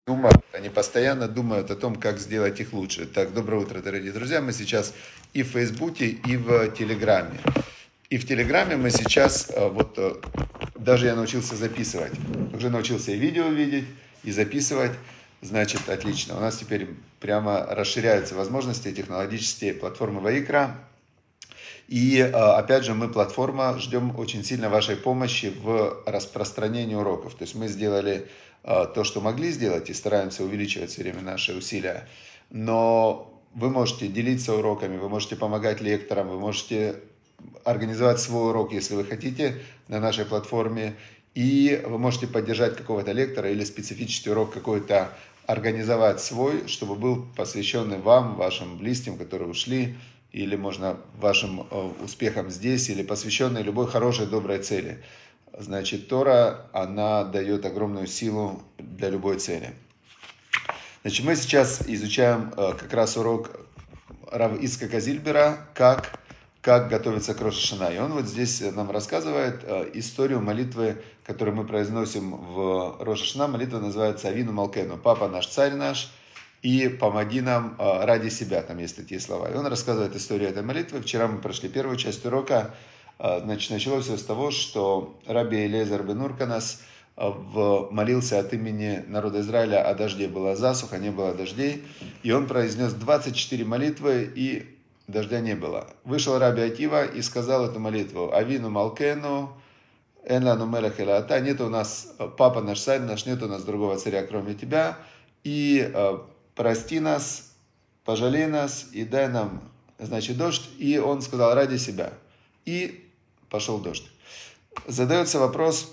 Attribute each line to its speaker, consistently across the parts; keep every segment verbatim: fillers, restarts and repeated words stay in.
Speaker 1: думают, они постоянно думают о том, как сделать их лучше. Так, доброе утро, дорогие друзья. Мы сейчас и в Фейсбуке, и в Телеграме. И в Телеграме мы сейчас, вот даже я научился записывать. Уже научился и видео видеть, и записывать. Значит, отлично. У нас теперь прямо расширяются возможности технологические платформы Ваикра. И опять же, мы, платформа, ждем очень сильно вашей помощи в распространении уроков. То есть мы сделали то, что могли сделать, и стараемся увеличивать все время наши усилия. Но вы можете делиться уроками, вы можете помогать лекторам, вы можете организовать свой урок, если вы хотите, на нашей платформе. И вы можете поддержать какого-то лектора или специфический урок какой-то организовать свой, чтобы был посвященный вам, вашим близким, которые ушли, или, можно, вашим успехам здесь, или посвященный любой хорошей, доброй цели. Значит, Тора, она дает огромную силу для любой цели. Значит, мы сейчас изучаем как раз урок Рав Ицхака Зильбера, как, как готовиться к Рош ха-Шана. И он вот здесь нам рассказывает историю молитвы, которую мы произносим в Рош ха-Шана. Молитва называется Авину Малкену, папа наш, царь наш, и помоги нам ради себя, там есть такие слова. И он рассказывает историю этой молитвы. Вчера мы прошли первую часть урока. Значит, началось все с того, что Раби Элиэзер бен Урканас молился от имени народа Израиля о дожде. Была засуха, не было дождей. И он произнес двадцать четыре молитвы, и дождя не было. Вышел Раби Акива и сказал эту молитву. Авину Малкену, эн лану мелех эле ата. Нет у нас, папа наш, царь наш, нет у нас другого царя, кроме тебя. И прости нас, пожалей нас и дай нам, значит, дождь. И он сказал ради себя. И пошел дождь. Задается вопрос,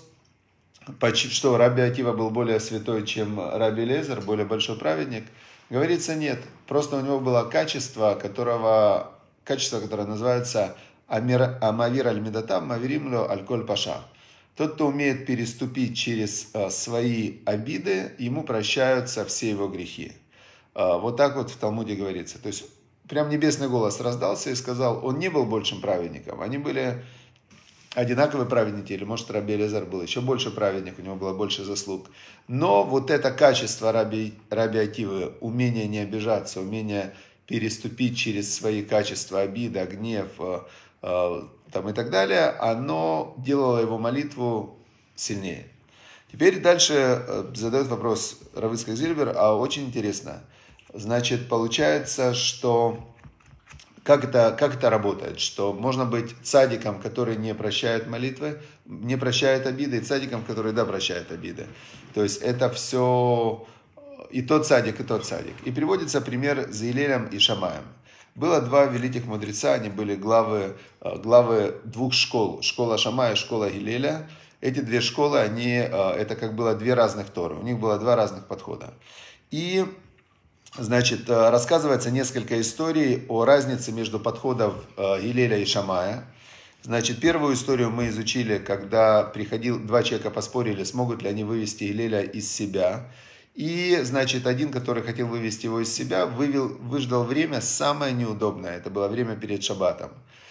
Speaker 1: что Раби Акива был более святой, чем Раби Элиэзер, более большой праведник. Говорится, нет. Просто у него было качество, которого, качество, которое называется Амир, Амавир аль-Медатам, Мавиримлю аль-Коль Паша. Тот, кто умеет переступить через свои обиды, ему прощаются все его грехи. Вот так вот в Талмуде говорится. То есть, прям небесный голос раздался и сказал, он не был большим праведником. Они были одинаковые праведники, или может Раби Элиэзер был еще больше праведник, у него было больше заслуг. Но вот это качество Раби, Раби Акивы, умение не обижаться, умение переступить через свои качества, обида, гнев э, э, там, и так далее, оно делало его молитву сильнее. Теперь дальше задает вопрос Рав Ицхак Зильбер, а очень интересно. Значит, получается, что как это, как это работает, что можно быть цадиком, который не прощает молитвы, не прощает обиды, и цадиком, который, да, прощает обиды. То есть это все и тот цадик, и тот цадик. И приводится пример с Гилелем и Шамаем. Было два великих мудреца, они были главы, главы двух школ, школа Шамая и школа Гилеля. Эти две школы, они, это как было две разных Торы, у них было два разных подхода. И значит, рассказывается несколько историй о разнице между подходом Гилеля и Шамая. Значит, первую историю мы изучили, когда приходил, два человека поспорили, смогут ли они вывести Гилеля из себя. И, значит, один, который хотел вывести его из себя, вывел, выждал время самое неудобное. Это было время перед шаббатом.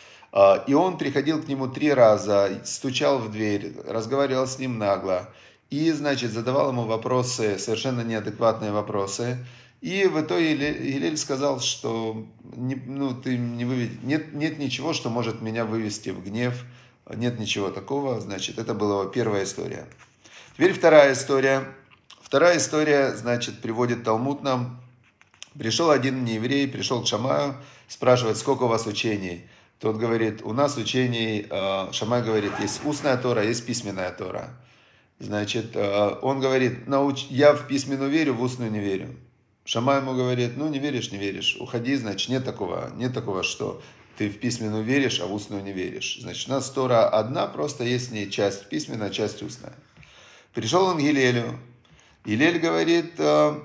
Speaker 1: И он приходил к нему три раза, стучал в дверь, разговаривал с ним нагло. И, значит, задавал ему вопросы, совершенно неадекватные вопросы. И в итоге Гилель сказал, что не, ну, ты не вывед... нет, нет ничего, что может меня вывести в гнев. Нет ничего такого. Значит, это была первая история. Теперь вторая история. Вторая история, значит, приводит Талмуд нам. Пришел один нееврей, пришел к Шамаю, спрашивает, сколько у вас учений. Тот говорит, у нас учений, Шамай говорит, есть устная Тора, есть письменная Тора. Значит, он говорит, науч... я в письменную верю, в устную не верю. Шамай ему говорит, ну не веришь, не веришь, уходи, значит, нет такого, нет такого, что ты в письменную веришь, а в устную не веришь. Значит, у нас Тора одна, просто есть в ней часть письменная, часть устная. Пришел он к Гилелю. Гилель говорит,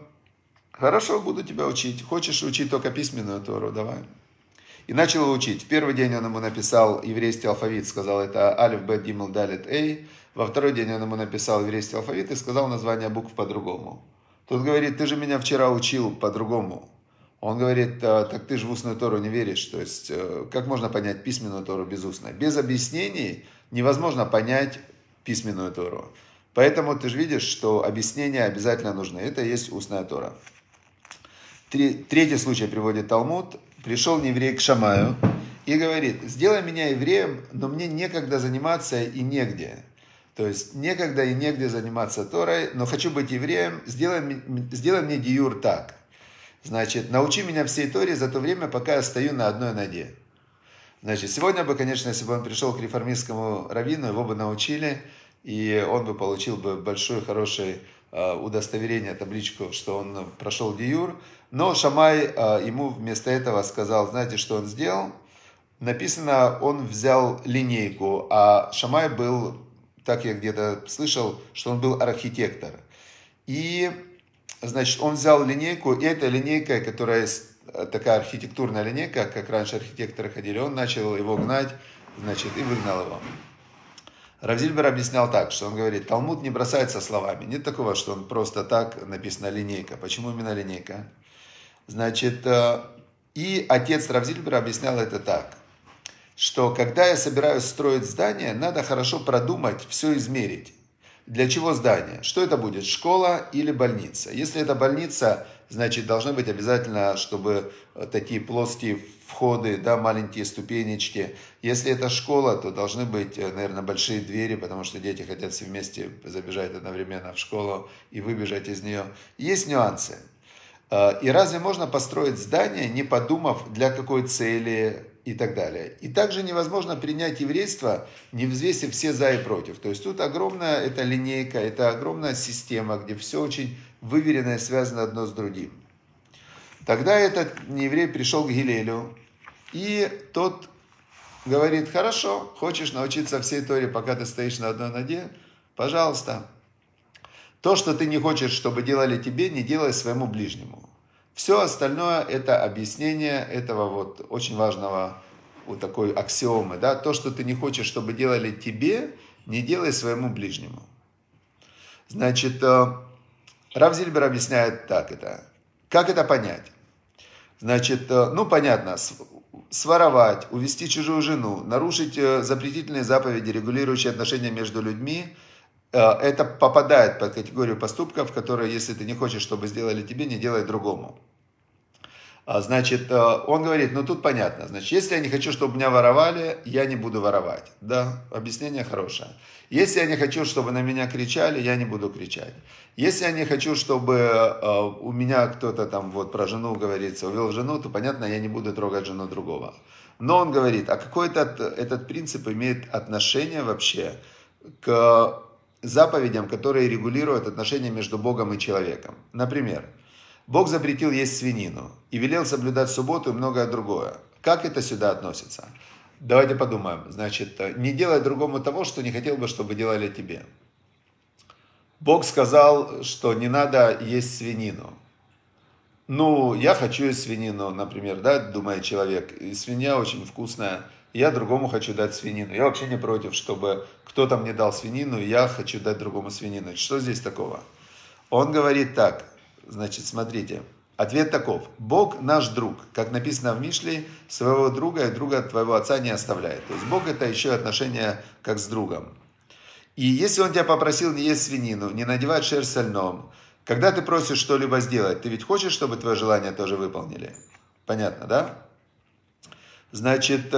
Speaker 1: хорошо, буду тебя учить, хочешь учить только письменную Тору, давай. И начал его учить. В первый день он ему написал еврейский алфавит, сказал, это Алиф, Бет, Гимел, Далет, Эй. Во второй день он ему написал еврейский алфавит и сказал название букв по-другому. Тот говорит, ты же меня вчера учил по-другому. Он говорит, так ты же в устную Тору не веришь. То есть, как можно понять письменную Тору без устной? Без объяснений невозможно понять письменную Тору. Поэтому ты же видишь, что объяснения обязательно нужны. Это и есть устная Тора. Третий случай приводит Талмуд. Пришел нееврей к Шамаю и говорит: сделай меня евреем, но мне некогда заниматься и негде. То есть некогда и негде заниматься Торой, но хочу быть евреем, сделай, сделай мне диюр так. Значит, научи меня всей Торе за то время, пока я стою на одной ноге. Значит, сегодня бы, конечно, если бы он пришел к реформистскому раввину, его бы научили, и он бы получил бы большое, хорошее э, удостоверение, табличку, что он прошел диюр. Но Шамай э, ему вместо этого сказал: знаете, что он сделал? Написано, он взял линейку, а Шамай был, так я где-то слышал, что он был архитектор. И, значит, он взял линейку, и эта линейка, которая такая архитектурная линейка, как раньше архитекторы ходили, он начал его гнать, значит, и выгнал его. Рав Зильбер объяснял так, что он говорит: Талмуд не бросается словами. Нет такого, что он просто так написано линейка. Почему именно линейка? Значит, и отец Рав Зильбера объяснял это так, что когда я собираюсь строить здание, надо хорошо продумать, все измерить. Для чего здание? Что это будет? Школа или больница? Если это больница, значит, должны быть обязательно, чтобы такие плоские входы, да, маленькие ступенечки. Если это школа, то должны быть, наверное, большие двери, потому что дети хотят все вместе забежать одновременно в школу и выбежать из нее. Есть нюансы. И разве можно построить здание, не подумав, для какой цели и так далее? И также невозможно принять еврейство, не взвесив все за и против. То есть тут огромная эта линейка, это огромная система, где все очень выверено и связано одно с другим. Тогда этот нееврей пришел к Гилелю, и тот говорит: хорошо, хочешь научиться всей Торе, пока ты стоишь на одной ноге? Пожалуйста. То, что ты не хочешь, чтобы делали тебе, не делай своему ближнему. Все остальное это объяснение этого вот очень важного вот такой аксиомы. Да? То, что ты не хочешь, чтобы делали тебе, не делай своему ближнему. Значит, Рав Зильбер объясняет так это. Как это понять? Значит, ну понятно, своровать, увести чужую жену, нарушить запретительные заповеди, регулирующие отношения между людьми, это попадает под категорию поступков, которые, если ты не хочешь, чтобы сделали тебе, не делай другому. Значит, он говорит: ну тут понятно, значит, если я не хочу, чтобы меня воровали, я не буду воровать. Да, объяснение хорошее. Если я не хочу, чтобы на меня кричали, я не буду кричать. Если я не хочу, чтобы у меня кто-то там вот про жену говорится, увел жену, то понятно, я не буду трогать жену другого. Но он говорит, а какой этот, этот принцип имеет отношение вообще к заповедям, которые регулируют отношения между Богом и человеком. Например, Бог запретил есть свинину и велел соблюдать субботу и многое другое. Как это сюда относится? Давайте подумаем. Значит, не делай другому того, что не хотел бы, чтобы делали тебе. Бог сказал, что не надо есть свинину. Ну, я хочу есть свинину, например, да, думает человек, и свинья очень вкусная. Я другому хочу дать свинину. Я вообще не против, чтобы кто-то мне дал свинину, и я хочу дать другому свинину. Что здесь такого? Он говорит так, значит, смотрите. Ответ таков. Бог наш друг. Как написано в Мишле, своего друга и друга твоего отца не оставляет. То есть Бог это еще отношение как с другом. И если он тебя попросил не есть свинину, не надевать шерсть со льном, когда ты просишь что-либо сделать, ты ведь хочешь, чтобы твое желание тоже выполнили? Понятно, да? Значит,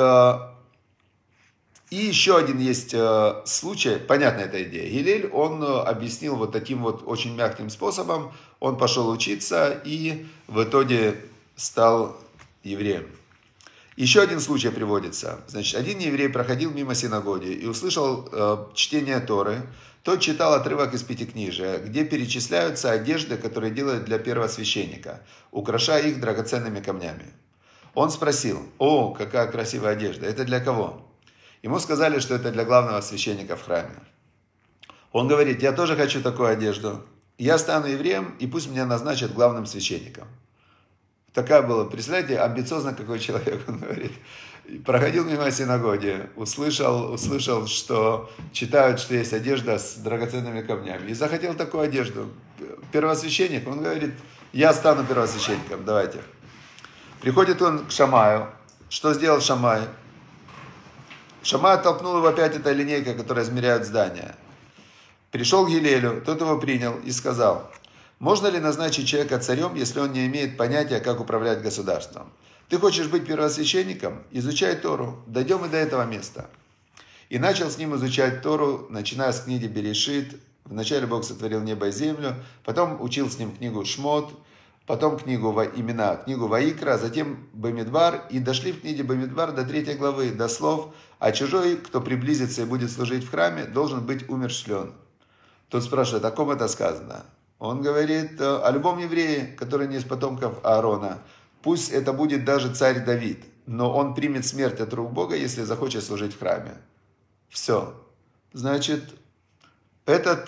Speaker 1: и еще один есть случай, понятна эта идея. Гилель, он объяснил вот таким вот очень мягким способом, он пошел учиться и в итоге стал евреем. Еще один случай приводится. Значит, один еврей проходил мимо синагоги и услышал э, чтение Торы. Тот читал отрывок из Пятикнижия, где перечисляются одежды, которые делают для первосвященника, украшая их драгоценными камнями. Он спросил: о, какая красивая одежда, это для кого? Ему сказали, что это для главного священника в храме. Он говорит: я тоже хочу такую одежду. Я стану евреем, и пусть меня назначат главным священником. Такая была, представляете, амбициозно какой человек, он говорит. Проходил мимо синагоги, услышал, услышал, что читают, что есть одежда с драгоценными камнями. И захотел такую одежду. Первосвященник, он говорит: я стану первосвященником, давайте. Приходит он к Шамаю. Что сделал Шамай? Шамай оттолкнул его опять этой линейкой, которая измеряет здание. Пришел к Гилелю, тот его принял и сказал: можно ли назначить человека царем, если он не имеет понятия, как управлять государством? Ты хочешь быть первосвященником? Изучай Тору. Дойдем и до этого места. И начал с ним изучать Тору, начиная с книги Берешит. Вначале Бог сотворил небо и землю, потом учил с ним книгу Шмот, потом книгу во имена, книгу Ваикра, затем Бамидбар, и дошли в книге Бамидбар до третьей главы, до слов: а чужой, кто приблизится и будет служить в храме, должен быть умерщвлен. Тот спрашивает: о ком это сказано? Он говорит о любом еврее, который не из потомков Аарона. Пусть это будет даже царь Давид, но он примет смерть от рук Бога, если захочет служить в храме. Все. Значит, этот,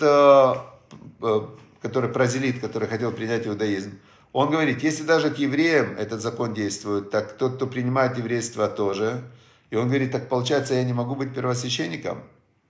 Speaker 1: который прозелит, который хотел принять иудаизм, он говорит: если даже к евреям этот закон действует, так тот, кто принимает еврейство, тоже. И он говорит: так получается, я не могу быть первосвященником?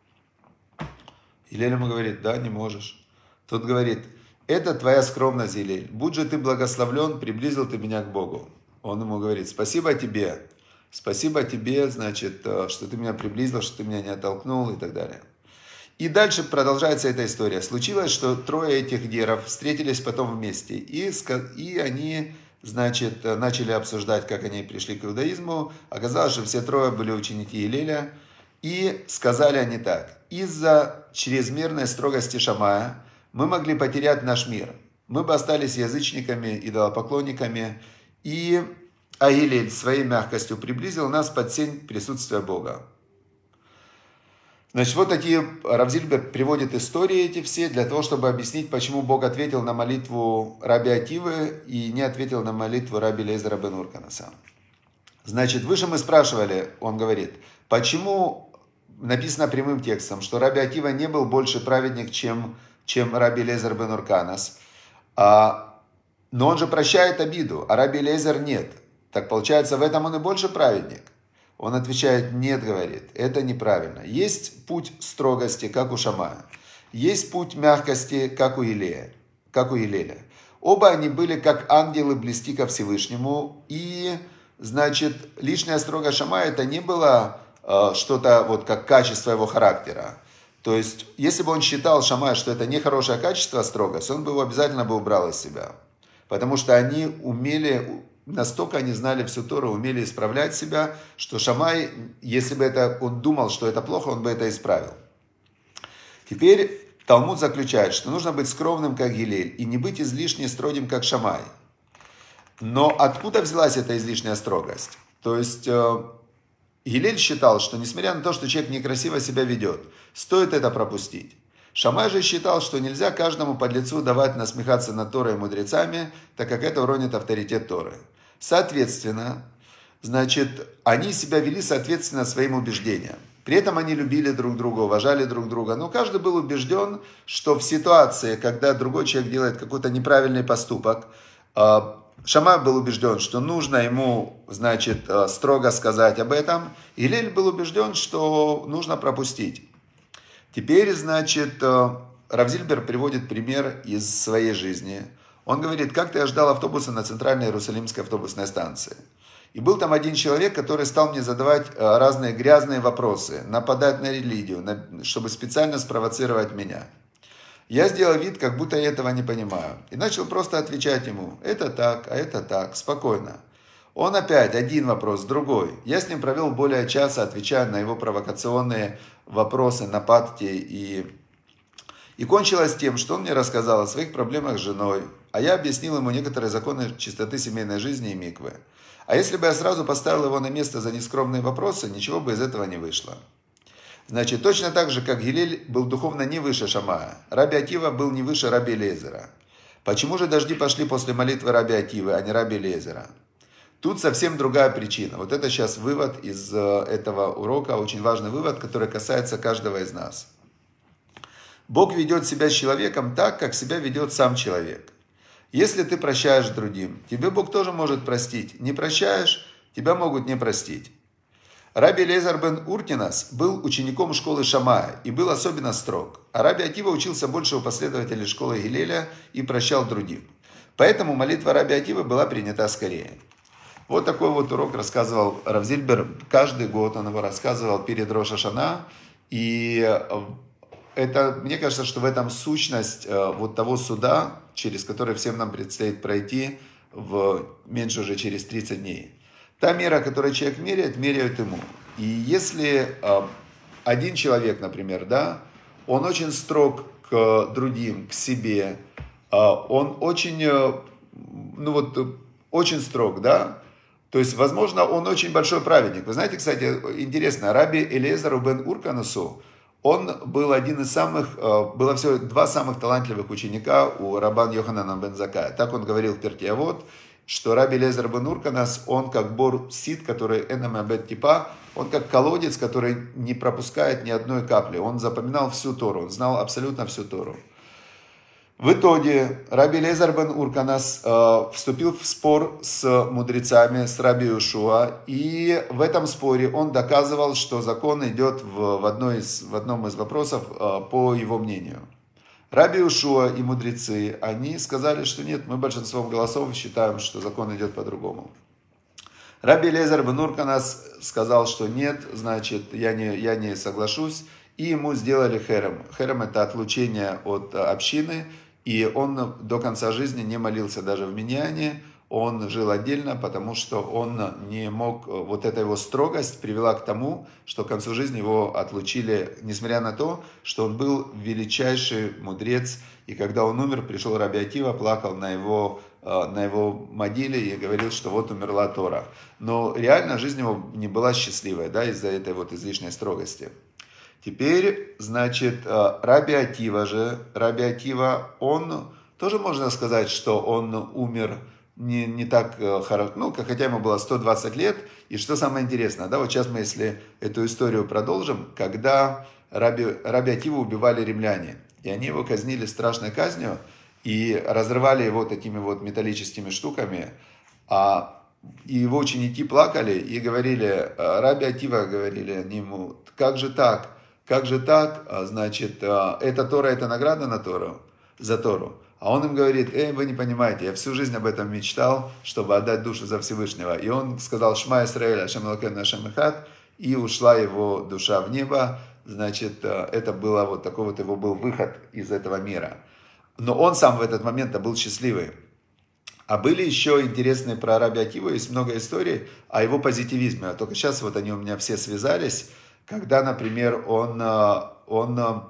Speaker 1: Гилель ему говорит: да, не можешь. Тот говорит: это твоя скромность, Гилель. Будь же ты благословлен, приблизил ты меня к Богу. Он ему говорит: спасибо тебе. Спасибо тебе, значит, что ты меня приблизил, что ты меня не оттолкнул и так далее. И дальше продолжается эта история. Случилось, что трое этих геров встретились потом вместе. И, и они, значит, начали обсуждать, как они пришли к иудаизму. Оказалось, что все трое были ученики Гилеля. И сказали они так: из-за чрезмерной строгости Шамая мы могли потерять наш мир. Мы бы остались язычниками, идолопоклонниками. И Гилель своей мягкостью приблизил нас под сень присутствия Бога. Значит, вот такие Рав Зильбер приводит истории эти все для того, чтобы объяснить, почему Бог ответил на молитву Раби Акивы и не ответил на молитву Раби Элиэзера бен Урканаса. Значит, выше мы спрашивали, он говорит, почему написано прямым текстом, что Раби Акива не был больше праведник, чем, чем Раби Элиэзер бен Урканас, а, но он же прощает обиду, а Раби Элиэзер нет. Так получается, в этом он и больше праведник. Он отвечает: нет, говорит, это неправильно. Есть путь строгости, как у Шамая. Есть путь мягкости, как у Илея, как у Илеля. Оба они были как ангелы близки ко Всевышнему. И, значит, лишняя строгость Шамая это не было э, что-то вот как качество его характера. То есть, если бы он считал, Шамай, что это нехорошее качество, строгость, он бы его обязательно бы убрал из себя. Потому что они умели... Настолько они знали всю Тору, умели исправлять себя, что Шамай, если бы это, он думал, что это плохо, он бы это исправил. Теперь Талмуд заключает, что нужно быть скромным, как Гилель, и не быть излишне строгим, как Шамай. Но откуда взялась эта излишняя строгость? То есть Гилель считал, что несмотря на то, что человек некрасиво себя ведет, стоит это пропустить. Шамай же считал, что нельзя каждому подлецу давать насмехаться над Торой и мудрецами, так как это уронит авторитет Торы. Соответственно, значит, они себя вели соответственно своим убеждениям. При этом они любили друг друга, уважали друг друга, но каждый был убежден, что в ситуации, когда другой человек делает какой-то неправильный поступок, Шамай был убежден, что нужно ему, значит, строго сказать об этом, и Гилель был убежден, что нужно пропустить. Теперь, значит, Рав Зильбер приводит пример из своей жизни. Он говорит: как-то я ждал автобуса на центральной Иерусалимской автобусной станции. И был там один человек, который стал мне задавать разные грязные вопросы, нападать на религию, чтобы специально спровоцировать меня. Я сделал вид, как будто я этого не понимаю. И начал просто отвечать ему: это так, а это так, спокойно. Он опять один вопрос, другой. Я с ним провел более часа, отвечая на его провокационные вопросы, нападки. И, и кончилось тем, что он мне рассказал о своих проблемах с женой, а я объяснил ему некоторые законы чистоты семейной жизни и миквы. А если бы я сразу поставил его на место за нескромные вопросы, ничего бы из этого не вышло. Значит, точно так же, как Гилель был духовно не выше Шамая, Раби Акива был не выше Раби Элиэзера. Почему же дожди пошли после молитвы Раби Акивы, а не Раби Элиэзера? Тут совсем другая причина. Вот это сейчас вывод из этого урока, очень важный вывод, который касается каждого из нас. Бог ведет себя с человеком так, как себя ведет сам человек. Если ты прощаешь другим, тебе Бог тоже может простить. Не прощаешь, тебя могут не простить. Раби Элиэзер бен Урканас был учеником школы Шамая и был особенно строг. А Раби Акива учился больше у последователей школы Гилеля и прощал другим. Поэтому молитва Раби Акивы была принята скорее. Вот такой вот урок рассказывал Рав Зильбер. Каждый год он его рассказывал перед Рош ха-Шана. И это, мне кажется, что в этом сущность вот того суда, через который всем нам предстоит пройти в меньше уже через тридцать дней. Та мера, которую человек меряет, меряют ему. И если один человек, например, да, он очень строг к другим, к себе, он очень, ну вот, очень строг, да, то есть, возможно, он очень большой праведник. Вы знаете, кстати, интересно, раби Элиэзеру бен Урканасу, он был один из самых, было всего два самых талантливых ученика у рабан Йоханана бен Заккая. Так он говорил в Перкей Авот, что раби Элиэзер бен Урканас, он как бор сит, который энем абет типа, он как колодец, который не пропускает ни одной капли. Он запоминал всю Тору, он знал абсолютно всю Тору. В итоге раби Элиэзер бен Урканас э, вступил в спор с мудрецами, с раби Йошуа, и в этом споре он доказывал, что закон идет в, в, одной из, в одном из вопросов э, по его мнению. Раби Йошуа и мудрецы, они сказали, что нет, мы большинством голосов считаем, что закон идет по-другому. Раби Элиэзер бен Урканас сказал, что нет, значит, я не, я не соглашусь, и ему сделали херем. Херем – это отлучение от общины, и он до конца жизни не молился даже в миньяне, он жил отдельно, потому что он не мог, вот эта его строгость привела к тому, что к концу жизни его отлучили, несмотря на то, что он был величайший мудрец, и когда он умер, пришел раби Акива, плакал на его, на его могиле и говорил, что вот умерла Тора. Но реально жизнь его не была счастливой, да, из-за этой вот излишней строгости. Теперь, значит, раби Акива же, раби Акива, он тоже можно сказать, что он умер не, не так хорошо, ну, хотя ему было сто двадцать лет. И что самое интересное, да, вот сейчас мы, если эту историю продолжим, когда раби, раби Акиву убивали римляне, и они его казнили страшной казнью, и разрывали его такими вот металлическими штуками, а и его ученики плакали и говорили, раби Акива, говорили они ему, как же так? Как же так? Значит, эта Тора, это награда на Тору, за Тору. А он им говорит, эй, вы не понимаете, я всю жизнь об этом мечтал, чтобы отдать душу за Всевышнего. И он сказал, Шма Исраэль, Ашем Элокейну, Ашем Эхад, и ушла его душа в небо. Значит, это было вот такой вот его был выход из этого мира. Но он сам в этот момент был счастливый. А были еще интересные про раби Акиву, есть много историй о его позитивизме. А только сейчас вот они у меня все связались. Когда, например, он, он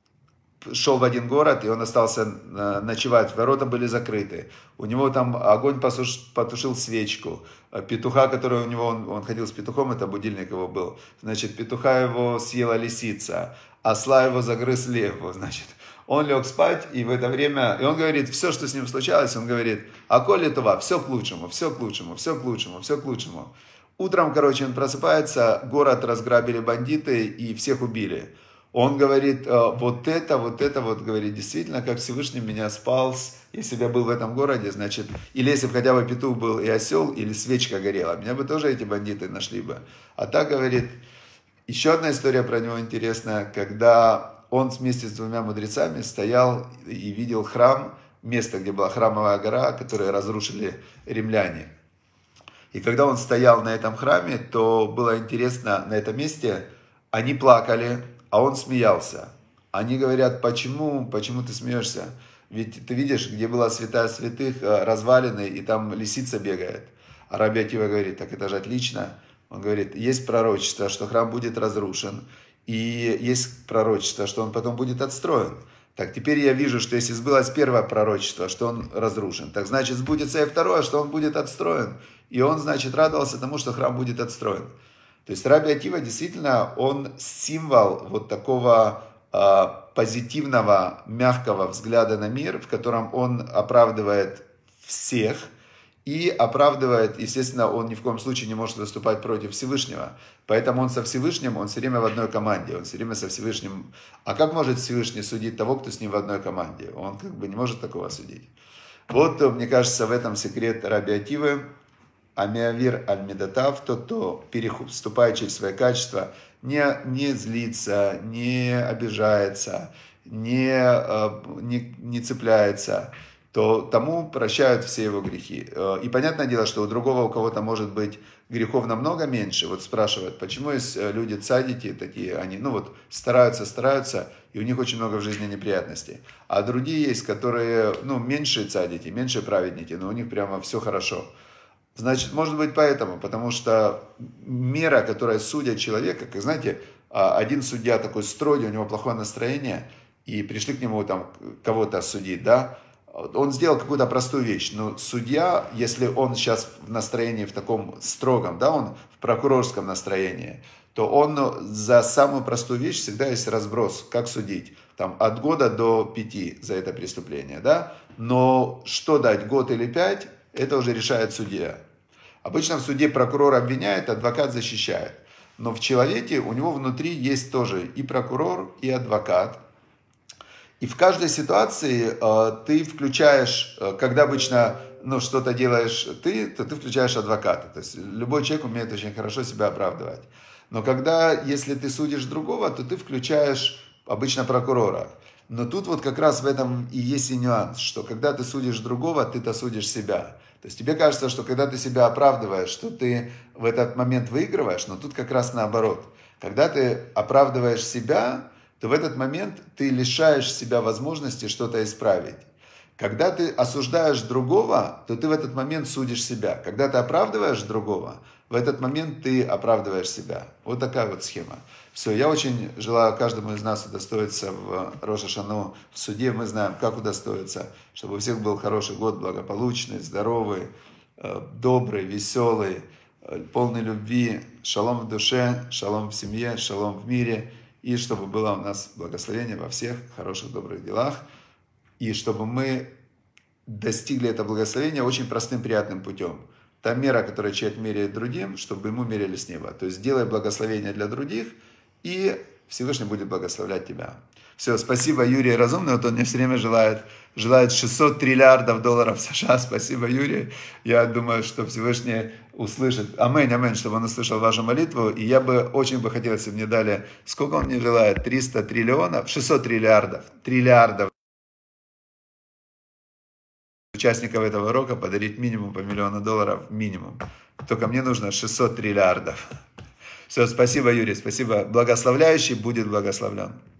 Speaker 1: шел в один город, и он остался ночевать, ворота были закрыты. У него там огонь потушил свечку. Петуха, который у него, он, он ходил с петухом, это будильник его был. Значит, петуха его съела лисица, осла его загрыз лев, значит. Он лег спать, и в это время, и он говорит, все, что с ним случалось, он говорит, а коли това, все к лучшему, все к лучшему, все к лучшему, все к лучшему. Утром, короче, он просыпается, город разграбили бандиты и всех убили. Он говорит, вот это, вот это, вот, говорит, действительно, как Всевышний меня спас, если бы я был в этом городе, значит, или если бы хотя бы петух был и осел, или свечка горела, меня бы тоже эти бандиты нашли бы. А так, говорит, еще одна история про него интересная, когда он вместе с двумя мудрецами стоял и видел храм, место, где была храмовая гора, которую разрушили римляне. И когда он стоял на этом храме, то было интересно, на этом месте они плакали, а он смеялся. Они говорят, почему, почему ты смеешься? Ведь ты видишь, где была святая святых, развалины, и там лисица бегает. А раби Акива говорит, так это же отлично. Он говорит, есть пророчество, что храм будет разрушен, и есть пророчество, что он потом будет отстроен. Так, теперь я вижу, что если сбылось первое пророчество, что он разрушен, так значит сбудется и второе, что он будет отстроен. И он, значит, радовался тому, что храм будет отстроен. То есть раби Акива действительно, он символ вот такого э, позитивного, мягкого взгляда на мир, в котором он оправдывает всех и оправдывает, естественно, он ни в коем случае не может выступать против Всевышнего. Поэтому он со Всевышним, он все время в одной команде, он все время со Всевышним. А как может Всевышний судить того, кто с ним в одной команде? Он как бы не может такого судить. Вот, мне кажется, в этом секрет раби Акивы. Амиавир аль-медатав, тот, кто переступает через свои качества, не, не злится, не обижается, не, не, не цепляется. то тому прощают все его грехи. И понятное дело, что у другого, у кого-то может быть грехов намного меньше. Вот спрашивают, почему есть люди цадики такие, они, ну вот, стараются, стараются, и у них очень много в жизни неприятностей. А другие есть, которые, ну, меньше цадики, меньше праведники, но у них прямо все хорошо. Значит, может быть поэтому, потому что мера, которая судит человека, как знаете, один судья такой строгий, у него плохое настроение, и пришли к нему там кого-то осудить, да, он сделал какую-то простую вещь, но судья, если он сейчас в настроении в таком строгом, да, он в прокурорском настроении, то он за самую простую вещь всегда есть разброс, как судить, там от года до пяти за это преступление, да, но что дать, год или пять, это уже решает судья. Обычно в суде прокурор обвиняет, адвокат защищает, но в человеке у него внутри есть тоже и прокурор, и адвокат. И в каждой ситуации э, ты включаешь, э, когда обычно ну, что-то делаешь ты, то ты включаешь адвоката. То есть любой человек умеет очень хорошо себя оправдывать. Но когда, если ты судишь другого, то ты включаешь обычно прокурора. Но тут вот как раз в этом и есть и нюанс, что когда ты судишь другого, ты-то судишь себя. То есть тебе кажется, что когда ты себя оправдываешь, что ты в этот момент выигрываешь, но тут как раз наоборот. Когда ты оправдываешь себя, то в этот момент ты лишаешь себя возможности что-то исправить. Когда ты осуждаешь другого, то ты в этот момент судишь себя. Когда ты оправдываешь другого, в этот момент ты оправдываешь себя. Вот такая вот схема. Все, я очень желаю каждому из нас удостоиться в Рош ха-Шану в суде. Мы знаем, как удостоиться, чтобы у всех был хороший год, благополучный, здоровый, добрый, веселый, полный любви, шалом в душе, шалом в семье, шалом в мире. И чтобы было у нас благословение во всех хороших, добрых делах. И чтобы мы достигли это благословения очень простым, приятным путем. Та мера, которую человек меряет другим, чтобы ему меряли с неба. То есть делай благословение для других, и Всевышний будет благословлять тебя. Все, спасибо, Юрий Разумный. Вот он мне все время желает, желает шестьсот триллиардов долларов США. Спасибо, Юрий. Я думаю, что Всевышний услышит. Аминь, аминь, чтобы он услышал вашу молитву. И я бы очень бы хотел, если бы мне дали, сколько он мне желает? триста триллионов? шестьсот триллиардов. Триллиардов. Участников этого урока подарить минимум по миллиону долларов. Минимум. Только мне нужно шестьсот триллиардов. Все, спасибо, Юрий. Спасибо. Благословляющий будет благословлен.